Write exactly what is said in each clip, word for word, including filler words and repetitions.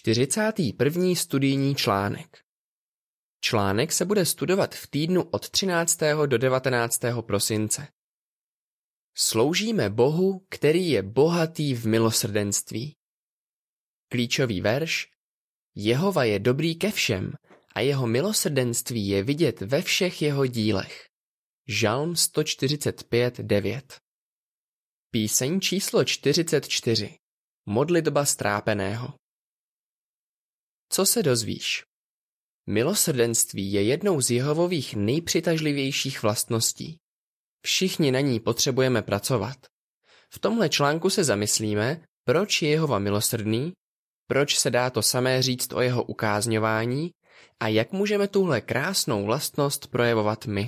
čtyřicátý první studijní článek. Článek se bude studovat v týdnu od třináctého do devatenáctého prosince. Sloužíme Bohu, který je bohatý v milosrdenství. Klíčový verš: Jehova je dobrý ke všem a jeho milosrdenství je vidět ve všech jeho dílech. Žalm sto čtyřicet pět devět. Píseň číslo čtyřicet čtyři. Modlitba strápeného. Co se dozvíš? Milosrdenství je jednou z Jehovových nejpřitažlivějších vlastností. Všichni na ní potřebujeme pracovat. V tomhle článku se zamyslíme, proč je Jehova milosrdný, proč se dá to samé říct o jeho ukázňování a jak můžeme tuhle krásnou vlastnost projevovat my.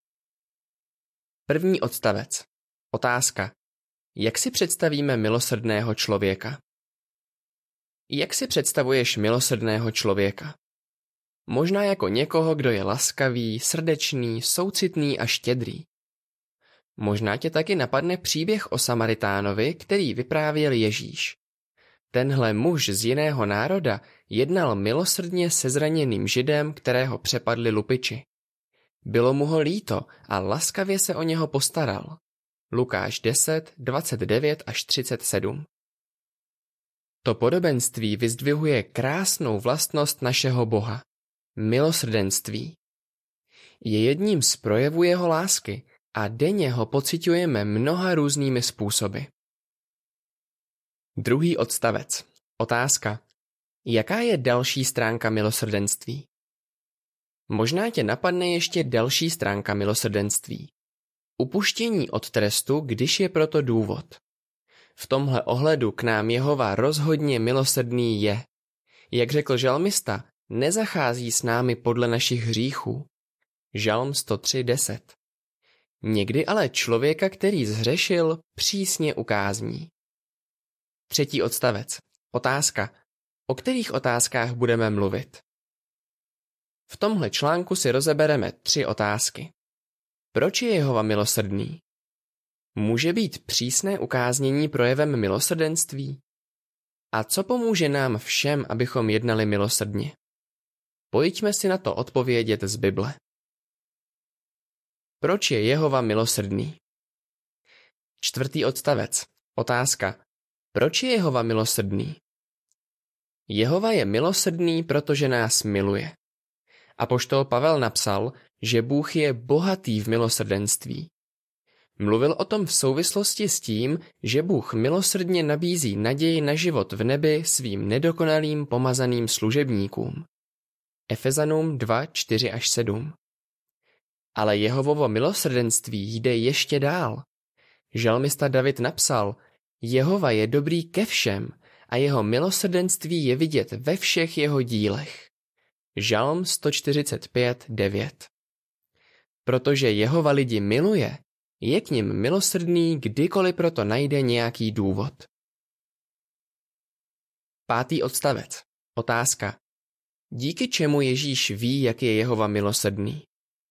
První odstavec. Otázka. Jak si představíme milosrdného člověka? Jak si představuješ milosrdného člověka? Možná jako někoho, kdo je laskavý, srdečný, soucitný a štědrý. Možná tě taky napadne příběh o Samaritánovi, který vyprávěl Ježíš. Tenhle muž z jiného národa jednal milosrdně se zraněným Židem, kterého přepadli lupiči. Bylo mu ho líto a laskavě se o něho postaral. Lukáš deset, dvacet devět až třicet sedm. To podobenství vyzdvihuje krásnou vlastnost našeho Boha. Milosrdenství. Je jedním z projevů jeho lásky a denně ho pociťujeme mnoha různými způsoby. Druhý odstavec. Otázka. Jaká je další stránka milosrdenství? Možná tě napadne ještě další stránka milosrdenství. Upuštění od trestu, když je proto důvod. V tomhle ohledu k nám Jehova rozhodně milosrdný je. Jak řekl žalmista, nezachází s námi podle našich hříchů. Žalm sto tři deset. Někdy ale člověka, který zhřešil, přísně ukázní. Třetí odstavec. Otázka. O kterých otázkách budeme mluvit? V tomhle článku si rozebereme tři otázky. Proč je Jehova milosrdný? Může být přísné ukáznění projevem milosrdenství? A co pomůže nám všem, abychom jednali milosrdně? Pojďme si na to odpovědět z Bible. Proč je Jehova milosrdný? Čtvrtý odstavec. Otázka. Proč je Jehova milosrdný? Jehova je milosrdný, protože nás miluje. Apoštol Pavel napsal, že Bůh je bohatý v milosrdenství. Mluvil o tom v souvislosti s tím, že Bůh milosrdně nabízí naději na život v nebi svým nedokonalým pomazaným služebníkům. Efezanům dva, čtyři až sedm. Ale Jehovovo milosrdenství jde ještě dál. Žalmista David napsal, Jehova je dobrý ke všem a jeho milosrdenství je vidět ve všech jeho dílech. Žalm sto čtyřicet pět devět. Protože Jehova lidi miluje, je k nim milosrdný, kdykoliv proto najde nějaký důvod. Pátý odstavec. Otázka. Díky čemu Ježíš ví, jak je Jehova milosrdný?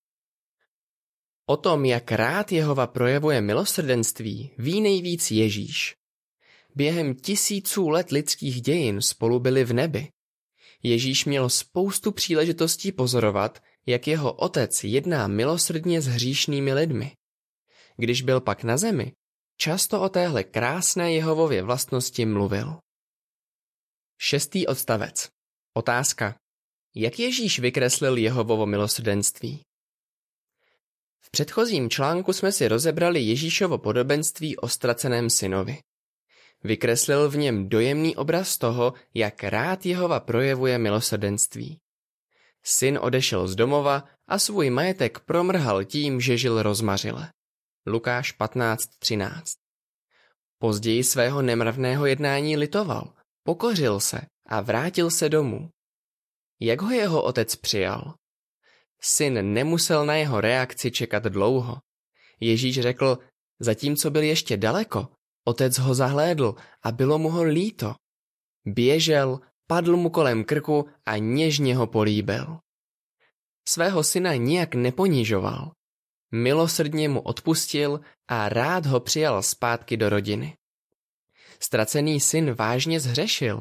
O tom, jak rád Jehova projevuje milosrdenství, ví nejvíc Ježíš. Během tisíců let lidských dějin spolu byli v nebi. Ježíš měl spoustu příležitostí pozorovat, jak jeho otec jedná milosrdně s hříšnými lidmi. Když byl pak na zemi, často o téhle krásné Jehovově vlastnosti mluvil. Šestý odstavec. Otázka. Jak Ježíš vykreslil Jehovovo milosrdenství? V předchozím článku jsme si rozebrali Ježíšovo podobenství o ztraceném synovi. Vykreslil v něm dojemný obraz toho, jak rád Jehova projevuje milosrdenství. Syn odešel z domova a svůj majetek promrhal tím, že žil rozmařile. Lukáš patnáct třináct. Později svého nemravného jednání litoval, pokořil se a vrátil se domů. Jak ho jeho otec přijal? Syn nemusel na jeho reakci čekat dlouho. Ježíš řekl, zatímco byl ještě daleko, otec ho zahlédl a bylo mu ho líto. Běžel, padl mu kolem krku a něžně ho políbil. Svého syna nijak neponižoval. Milosrdně mu odpustil a rád ho přijal zpátky do rodiny. Ztracený syn vážně zhřešil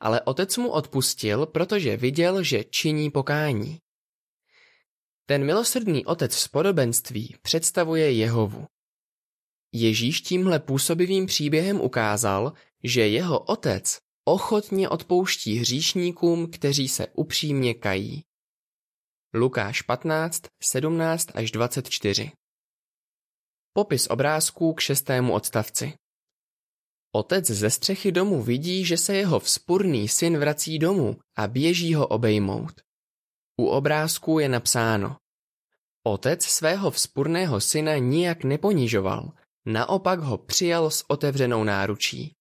ale otec mu odpustil, protože viděl, že činí pokání. Ten milosrdný otec z podobenství představuje Jehovu. Ježíš tímhle působivým příběhem ukázal, že jeho otec ochotně odpouští hříšníkům, kteří se upřímně kají. Lukáš patnáct, sedmnáct až dvacet čtyři. Popis obrázků k šestému odstavci. Otec ze střechy domu vidí, že se jeho vzpurný syn vrací domů a běží ho obejmout. U obrázků je napsáno: Otec svého vzpurného syna nijak neponižoval, naopak ho přijal s otevřenou náručí.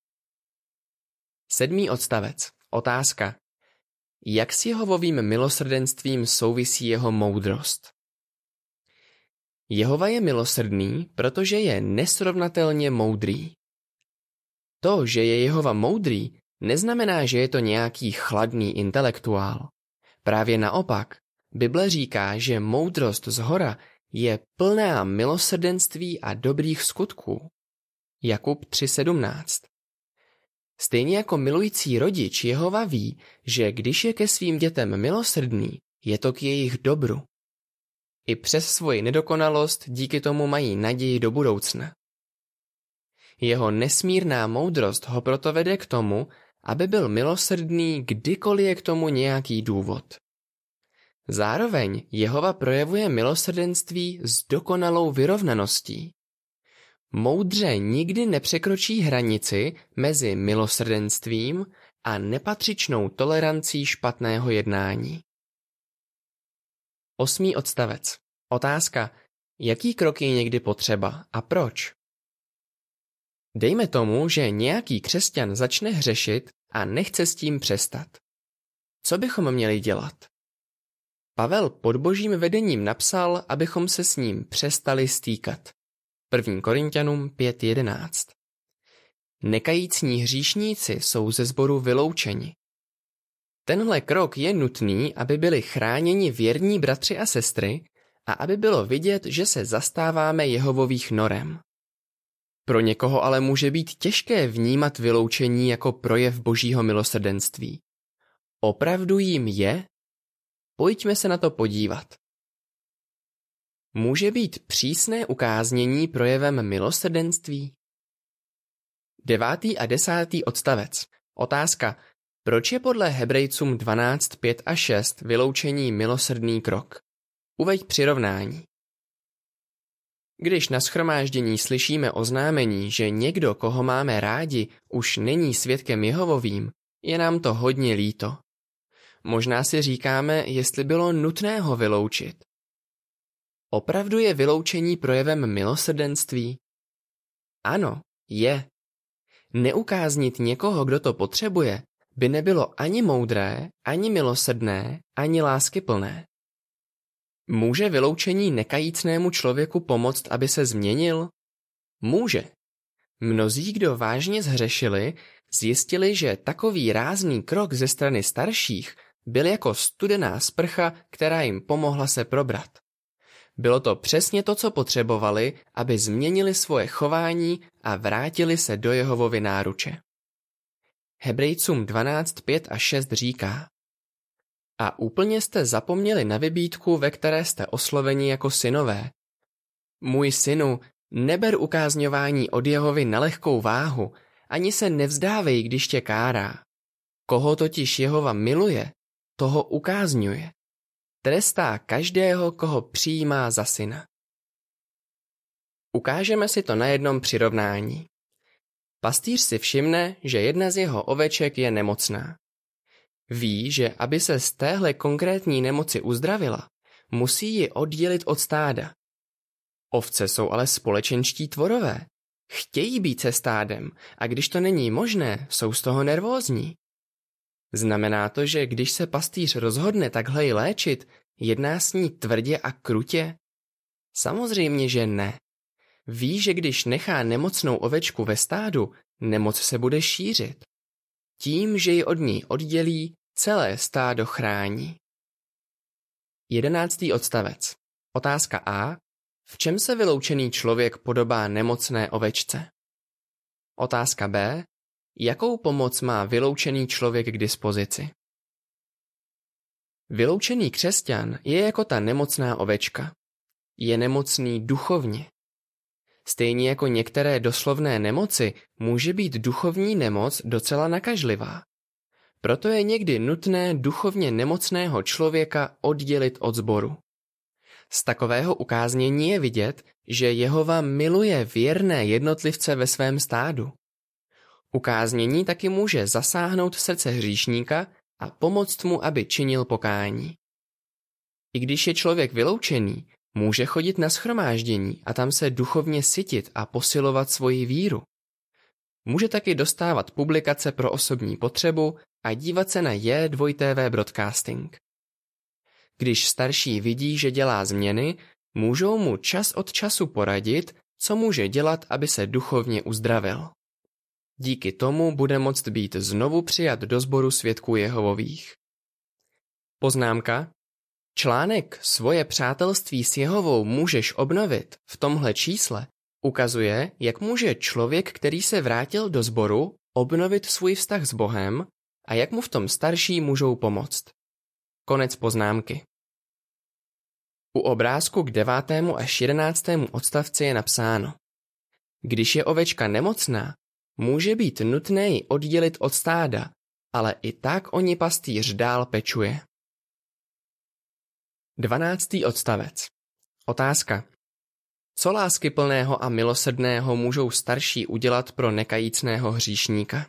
Sedmý odstavec. Otázka. Jak s Jehovovým milosrdenstvím souvisí jeho moudrost? Jehova je milosrdný, protože je nesrovnatelně moudrý. To, že je Jehova moudrý, neznamená, že je to nějaký chladný intelektuál. Právě naopak, Bible říká, že moudrost zhora je plná milosrdenství a dobrých skutků. Jakub tři sedmnáct. Stejně jako milující rodič Jehova ví, že když je ke svým dětem milosrdný, je to k jejich dobru. I přes svoji nedokonalost díky tomu mají naději do budoucna. Jeho nesmírná moudrost ho proto vede k tomu, aby byl milosrdný, kdykoliv je k tomu nějaký důvod. Zároveň Jehova projevuje milosrdenství s dokonalou vyrovnaností. Moudře nikdy nepřekročí hranici mezi milosrdenstvím a nepatřičnou tolerancí špatného jednání. Osmý odstavec. Otázka. Jaký krok je někdy potřeba a proč? Dejme tomu, že nějaký křesťan začne hřešit a nechce s tím přestat. Co bychom měli dělat? Pavel pod božím vedením napsal, abychom se s ním přestali stýkat. první Korinťanům pět jedenáct. Nekajícní hříšníci jsou ze sboru vyloučeni. Tenhle krok je nutný, aby byli chráněni věrní bratři a sestry a aby bylo vidět, že se zastáváme Jehovových norem. Pro někoho ale může být těžké vnímat vyloučení jako projev božího milosrdenství. Opravdu jim je? Pojďme se na to podívat. Může být přísné ukáznění projevem milosrdenství? Devátý a desátý odstavec. Otázka. Proč je podle Hebrejcům dvanáct pět a šest vyloučení milosrdný krok? Uveď přirovnání. Když na shromáždění slyšíme oznámení, že někdo, koho máme rádi, už není svědkem Jehovovým, je nám to hodně líto. Možná si říkáme, jestli bylo nutné ho vyloučit. Opravdu je vyloučení projevem milosrdenství? Ano, je. Neukáznit někoho, kdo to potřebuje, by nebylo ani moudré, ani milosrdné, ani láskyplné. Může vyloučení nekajícnému člověku pomoct, aby se změnil? Může. Mnozí, kdo vážně zhřešili, zjistili, že takový rázný krok ze strany starších byl jako studená sprcha, která jim pomohla se probrat. Bylo to přesně to, co potřebovali, aby změnili svoje chování a vrátili se do Jehovovy náruče. Hebrejcům dvanáct pět a šest říká: A úplně jste zapomněli na vybídku, ve které jste osloveni jako synové. Můj synu, neber ukázňování od Jehovy na lehkou váhu, ani se nevzdávej, když tě kárá. Koho totiž Jehova miluje, toho ukázňuje. Trestá každého, koho přijímá za syna. Ukážeme si to na jednom přirovnání. Pastýř si všimne, že jedna z jeho oveček je nemocná. Ví, že aby se z téhle konkrétní nemoci uzdravila, musí ji oddělit od stáda. Ovce jsou ale společenští tvorové. Chtějí být se stádem a když to není možné, jsou z toho nervózní. Znamená to, že když se pastýř rozhodne takhle ji léčit, jedná s ní tvrdě a krutě? Samozřejmě, že ne. Ví, že když nechá nemocnou ovečku ve stádu, nemoc se bude šířit. Tím, že ji od ní oddělí, celé stádo chrání. Jedenáctý odstavec. Otázka A. V čem se vyloučený člověk podobá nemocné ovečce? Otázka B. Jakou pomoc má vyloučený člověk k dispozici? Vyloučený křesťan je jako ta nemocná ovečka. Je nemocný duchovně. Stejně jako některé doslovné nemoci může být duchovní nemoc docela nakažlivá. Proto je někdy nutné duchovně nemocného člověka oddělit od sboru. Z takového ukáznění je vidět, že Jehova miluje věrné jednotlivce ve svém stádu. Ukáznění taky může zasáhnout srdce hříšníka a pomoct mu, aby činil pokání. I když je člověk vyloučený, může chodit na shromáždění a tam se duchovně sytit a posilovat svoji víru. Může taky dostávat publikace pro osobní potřebu a dívat se na J dva T V Broadcasting. Když starší vidí, že dělá změny, můžou mu čas od času poradit, co může dělat, aby se duchovně uzdravil. Díky tomu bude moct být znovu přijat do sboru svědků Jehovových. Poznámka. Článek Svoje přátelství s Jehovou můžeš obnovit v tomhle čísle ukazuje, jak může člověk, který se vrátil do sboru, obnovit svůj vztah s Bohem a jak mu v tom starší můžou pomoct. Konec poznámky. U obrázku k devátému až jedenáctému odstavci je napsáno: Když je ovečka nemocná, může být nutné ji oddělit od stáda, ale i tak o ni pastýř dál pečuje. Dvanáctý odstavec. Otázka. Co láskyplného a milosrdného můžou starší udělat pro nekajícného hříšníka?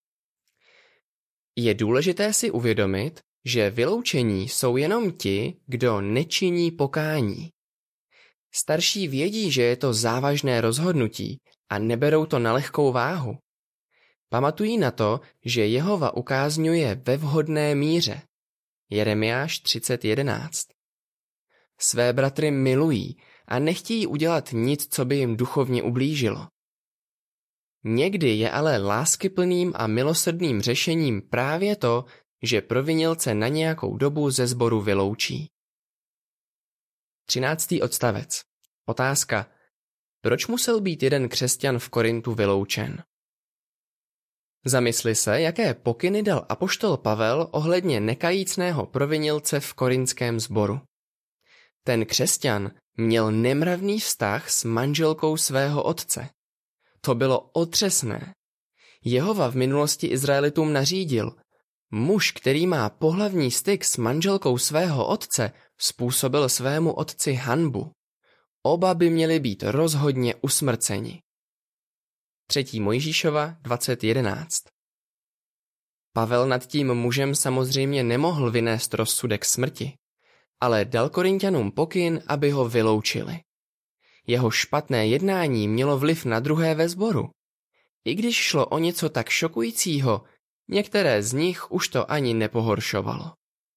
Je důležité si uvědomit, že vyloučení jsou jenom ti, kdo nečiní pokání. Starší vědí, že je to závažné rozhodnutí a neberou to na lehkou váhu. Pamatují na to, že Jehova ukázňuje ve vhodné míře. Jeremiáš třicet jedenáct. Své bratry milují a nechtějí udělat nic, co by jim duchovně ublížilo. Někdy je ale láskyplným a milosrdným řešením právě to, že provinilce na nějakou dobu ze sboru vyloučí. Třináctý odstavec. Otázka. Proč musel být jeden křesťan v Korintu vyloučen? Zamysli se, jaké pokyny dal apoštol Pavel ohledně nekajícného provinilce v korintském sboru. Ten křesťan měl nemravný vztah s manželkou svého otce. To bylo otřesné. Jehova v minulosti Izraelitům nařídil: muž, který má pohlavní styk s manželkou svého otce, způsobil svému otci hanbu. Oba by měli být rozhodně usmrceni. třetí Mojžíšova dvacet jedenáct. Pavel nad tím mužem samozřejmě nemohl vynést rozsudek smrti, ale dal Korinťanům pokyn, aby ho vyloučili. Jeho špatné jednání mělo vliv na druhé ve sboru. I když šlo o něco tak šokujícího, některé z nich už to ani nepohoršovalo.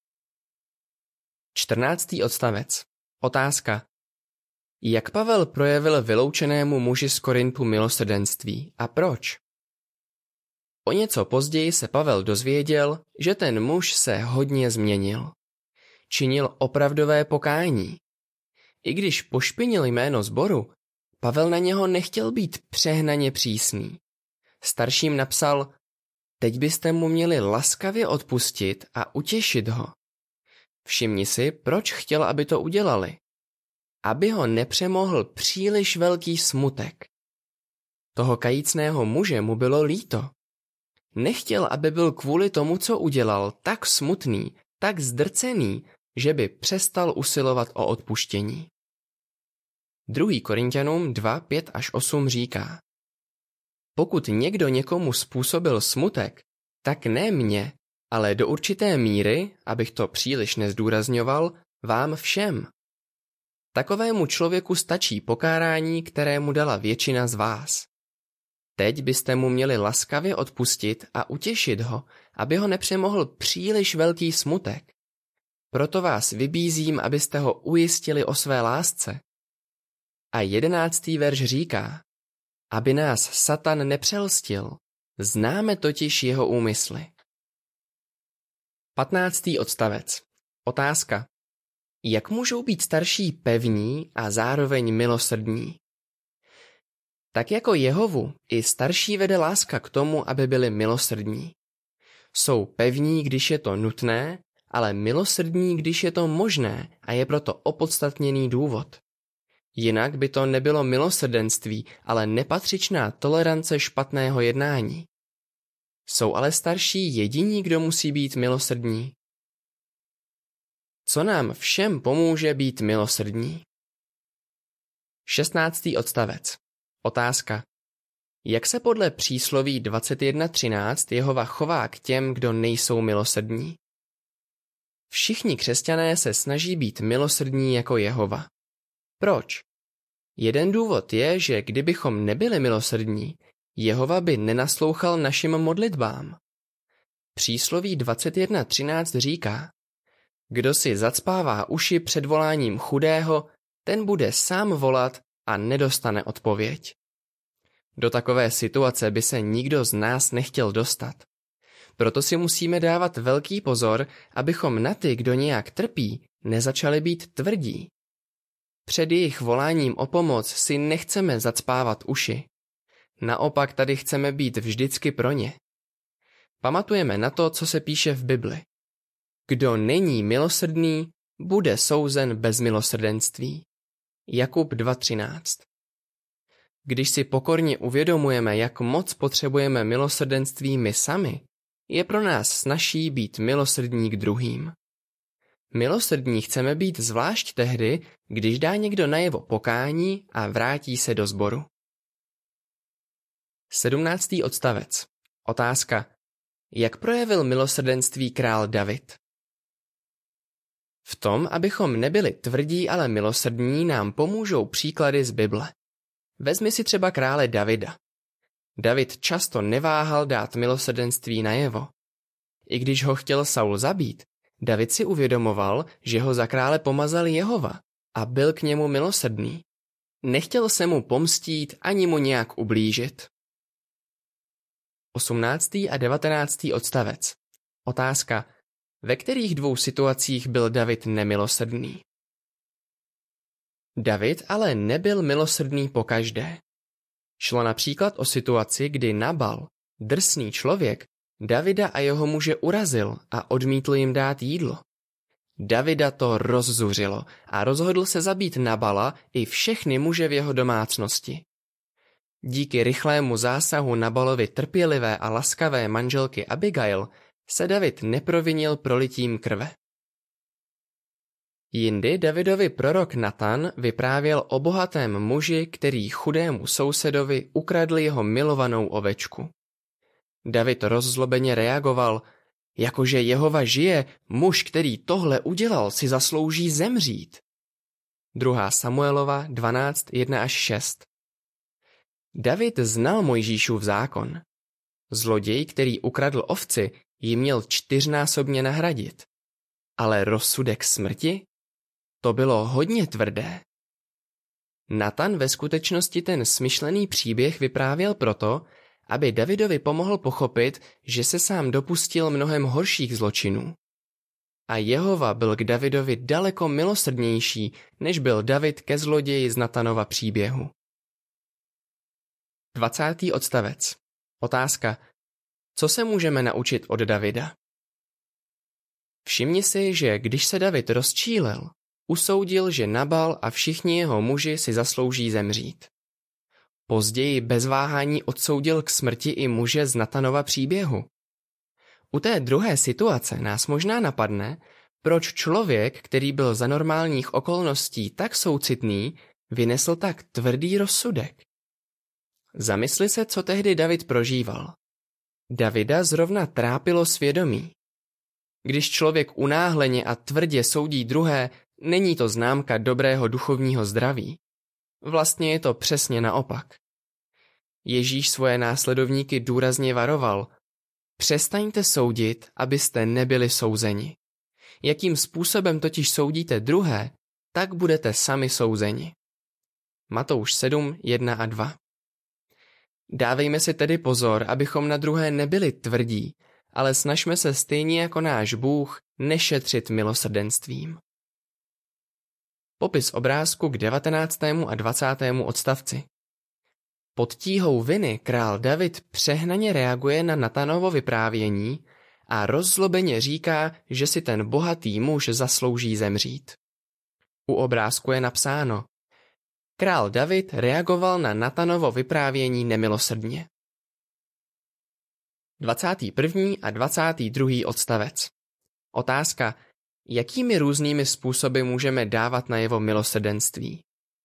čtrnáctý odstavec. Otázka. Jak Pavel projevil vyloučenému muži z Korintu milosrdenství a proč? O něco později se Pavel dozvěděl, že ten muž se hodně změnil. Činil opravdové pokání. I když pošpinil jméno sboru, Pavel na něho nechtěl být přehnaně přísný. Starším napsal: teď byste mu měli laskavě odpustit a utěšit ho. Všimni si, proč chtěl, aby to udělali. Aby ho nepřemohl příliš velký smutek. Toho kajícného muže mu bylo líto. Nechtěl, aby byl kvůli tomu, co udělal, tak smutný, tak zdrcený, že by přestal usilovat o odpuštění. druhý Korinťanům dva, pět až osm říká: pokud někdo někomu způsobil smutek, tak ne mně, ale do určité míry, abych to příliš nezdůrazňoval, vám všem. Takovému člověku stačí pokárání, které mu dala většina z vás. Teď byste mu měli laskavě odpustit a utěšit ho, aby ho nepřemohl příliš velký smutek. Proto vás vybízím, abyste ho ujistili o své lásce. A jedenáctý verš říká: aby nás Satan nepřelstil, známe totiž jeho úmysly. patnáctý odstavec. Otázka. Jak můžou být starší pevní a zároveň milosrdní? Tak jako Jehovu, i starší vede láska k tomu, aby byli milosrdní. Jsou pevní, když je to nutné, ale milosrdní, když je to možné a je proto opodstatněný důvod. Jinak by to nebylo milosrdenství, ale nepatřičná tolerance špatného jednání. Jsou ale starší jediní, kdo musí být milosrdní? Co nám všem pomůže být milosrdní? šestnáctý odstavec. Otázka. Jak se podle přísloví dvacet jedna třináct Jehova chová k těm, kdo nejsou milosrdní? Všichni křesťané se snaží být milosrdní jako Jehova. Proč? Jeden důvod je, že kdybychom nebyli milosrdní, Jehova by nenaslouchal našim modlitbám. Přísloví dvacet jedna třináct říká: Kdo si zacpává uši před voláním chudého, ten bude sám volat a nedostane odpověď. Do takové situace by se nikdo z nás nechtěl dostat. Proto si musíme dávat velký pozor, abychom na ty, kdo nějak trpí, nezačali být tvrdí. Před jejich voláním o pomoc si nechceme zacpávat uši. Naopak tady chceme být vždycky pro ně. Pamatujeme na to, co se píše v Bibli. Kdo není milosrdný, bude souzen bez milosrdenství. Jakub dva třináct. Když si pokorně uvědomujeme, jak moc potřebujeme milosrdenství my sami, je pro nás snazší být milosrdní k druhým. Milosrdní chceme být zvlášť tehdy, když dá někdo najevo pokání a vrátí se do sboru. sedmnáctý odstavec. Otázka. Jak projevil milosrdenství král David? V tom, abychom nebyli tvrdí, ale milosrdní, nám pomůžou příklady z Bible. Vezmi si třeba krále Davida. David často neváhal dát milosrdenství najevo. I když ho chtěl Saul zabít, David si uvědomoval, že ho za krále pomazal Jehova a byl k němu milosrdný. Nechtěl se mu pomstít ani mu nějak ublížit. osmnáctý a devatenáctý odstavec. Otázka. Ve kterých dvou situacích byl David nemilosrdný? David ale nebyl milosrdný pokaždé. Šlo například o situaci, kdy Nabal, drsný člověk, Davida a jeho muže urazil a odmítl jim dát jídlo. Davida to rozzuřilo a rozhodl se zabít Nabala i všechny muže v jeho domácnosti. Díky rychlému zásahu Nabalovi trpělivé a laskavé manželky Abigail se David neprovinil prolitím krve. Jindy Davidovi prorok Natan vyprávěl o bohatém muži, který chudému sousedovi ukradl jeho milovanou ovečku. David rozzlobeně reagoval: jakože Jehova žije, muž, který tohle udělal, si zaslouží zemřít. druhá Samuelova dvanáct jedna až šest. David znal Mojžíšův zákon. Zloděj, který ukradl ovci, ji měl čtyřnásobně nahradit. Ale rozsudek smrti? To bylo hodně tvrdé. Natan ve skutečnosti ten smyšlený příběh vyprávěl proto, aby Davidovi pomohl pochopit, že se sám dopustil mnohem horších zločinů. A Jehova byl k Davidovi daleko milosrdnější, než byl David ke zloději z Natanova příběhu. dvacátý odstavec. Otázka. Co se můžeme naučit od Davida? Všimni si, že když se David rozčílil, usoudil, že Nabal a všichni jeho muži si zaslouží zemřít. Později bez váhání odsoudil k smrti i muže z Natanova příběhu. U té druhé situace nás možná napadne, proč člověk, který byl za normálních okolností tak soucitný, vynesl tak tvrdý rozsudek. Zamysli se, co tehdy David prožíval. Davida zrovna trápilo svědomí. Když člověk unáhleně a tvrdě soudí druhé, není to známka dobrého duchovního zdraví. Vlastně je to přesně naopak. Ježíš svoje následovníky důrazně varoval: přestaňte soudit, abyste nebyli souzeni. Jakým způsobem totiž soudíte druhé, tak budete sami souzeni. Matouš sedm jedna a dva. Dávejme si tedy pozor, abychom na druhé nebyli tvrdí, ale snažme se stejně jako náš Bůh nešetřit milosrdenstvím. Popis obrázku k devatenáctému a dvacátému odstavci. Pod tíhou viny král David přehnaně reaguje na Natanovo vyprávění a rozzlobeně říká, že si ten bohatý muž zaslouží zemřít. U obrázku je napsáno: Král David reagoval na Natanovo vyprávění nemilosrdně. dvacátý první a dvacátý druhý odstavec. Otázka: jakými různými způsoby můžeme dávat najevo milosrdenství?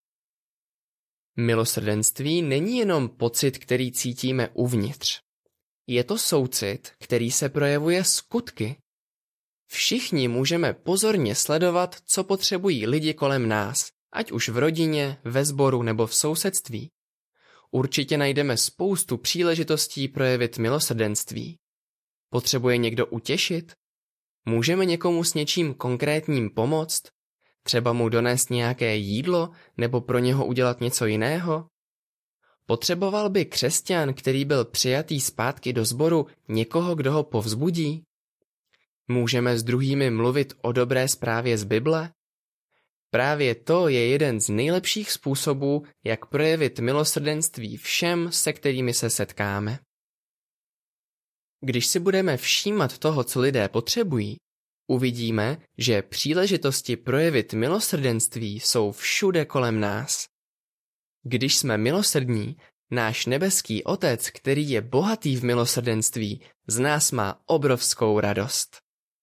Milosrdenství není jenom pocit, který cítíme uvnitř. Je to soucit, který se projevuje skutky. Všichni můžeme pozorně sledovat, co potřebují lidi kolem nás, ať už v rodině, ve sboru nebo v sousedství. Určitě najdeme spoustu příležitostí projevit milosrdenství. Potřebuje někdo utěšit? Můžeme někomu s něčím konkrétním pomoct? Třeba mu donést nějaké jídlo nebo pro něho udělat něco jiného? Potřeboval by křesťan, který byl přijatý zpátky do sboru, někoho, kdo ho povzbudí? Můžeme s druhými mluvit o dobré zprávě z Bible? Právě to je jeden z nejlepších způsobů, jak projevit milosrdenství všem, se kterými se setkáme. Když si budeme všímat toho, co lidé potřebují, uvidíme, že příležitosti projevit milosrdenství jsou všude kolem nás. Když jsme milosrdní, náš nebeský Otec, který je bohatý v milosrdenství, z nás má obrovskou radost.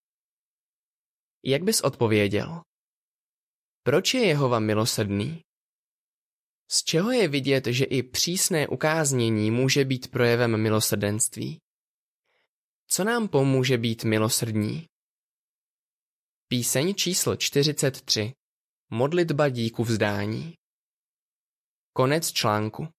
Jak bys odpověděl? Proč je Jehova milosrdný? Z čeho je vidět, že i přísné ukáznění může být projevem milosrdenství? Co nám pomůže být milosrdní? Píseň číslo čtyřicet tři. Modlitba díku vzdání. Konec článku.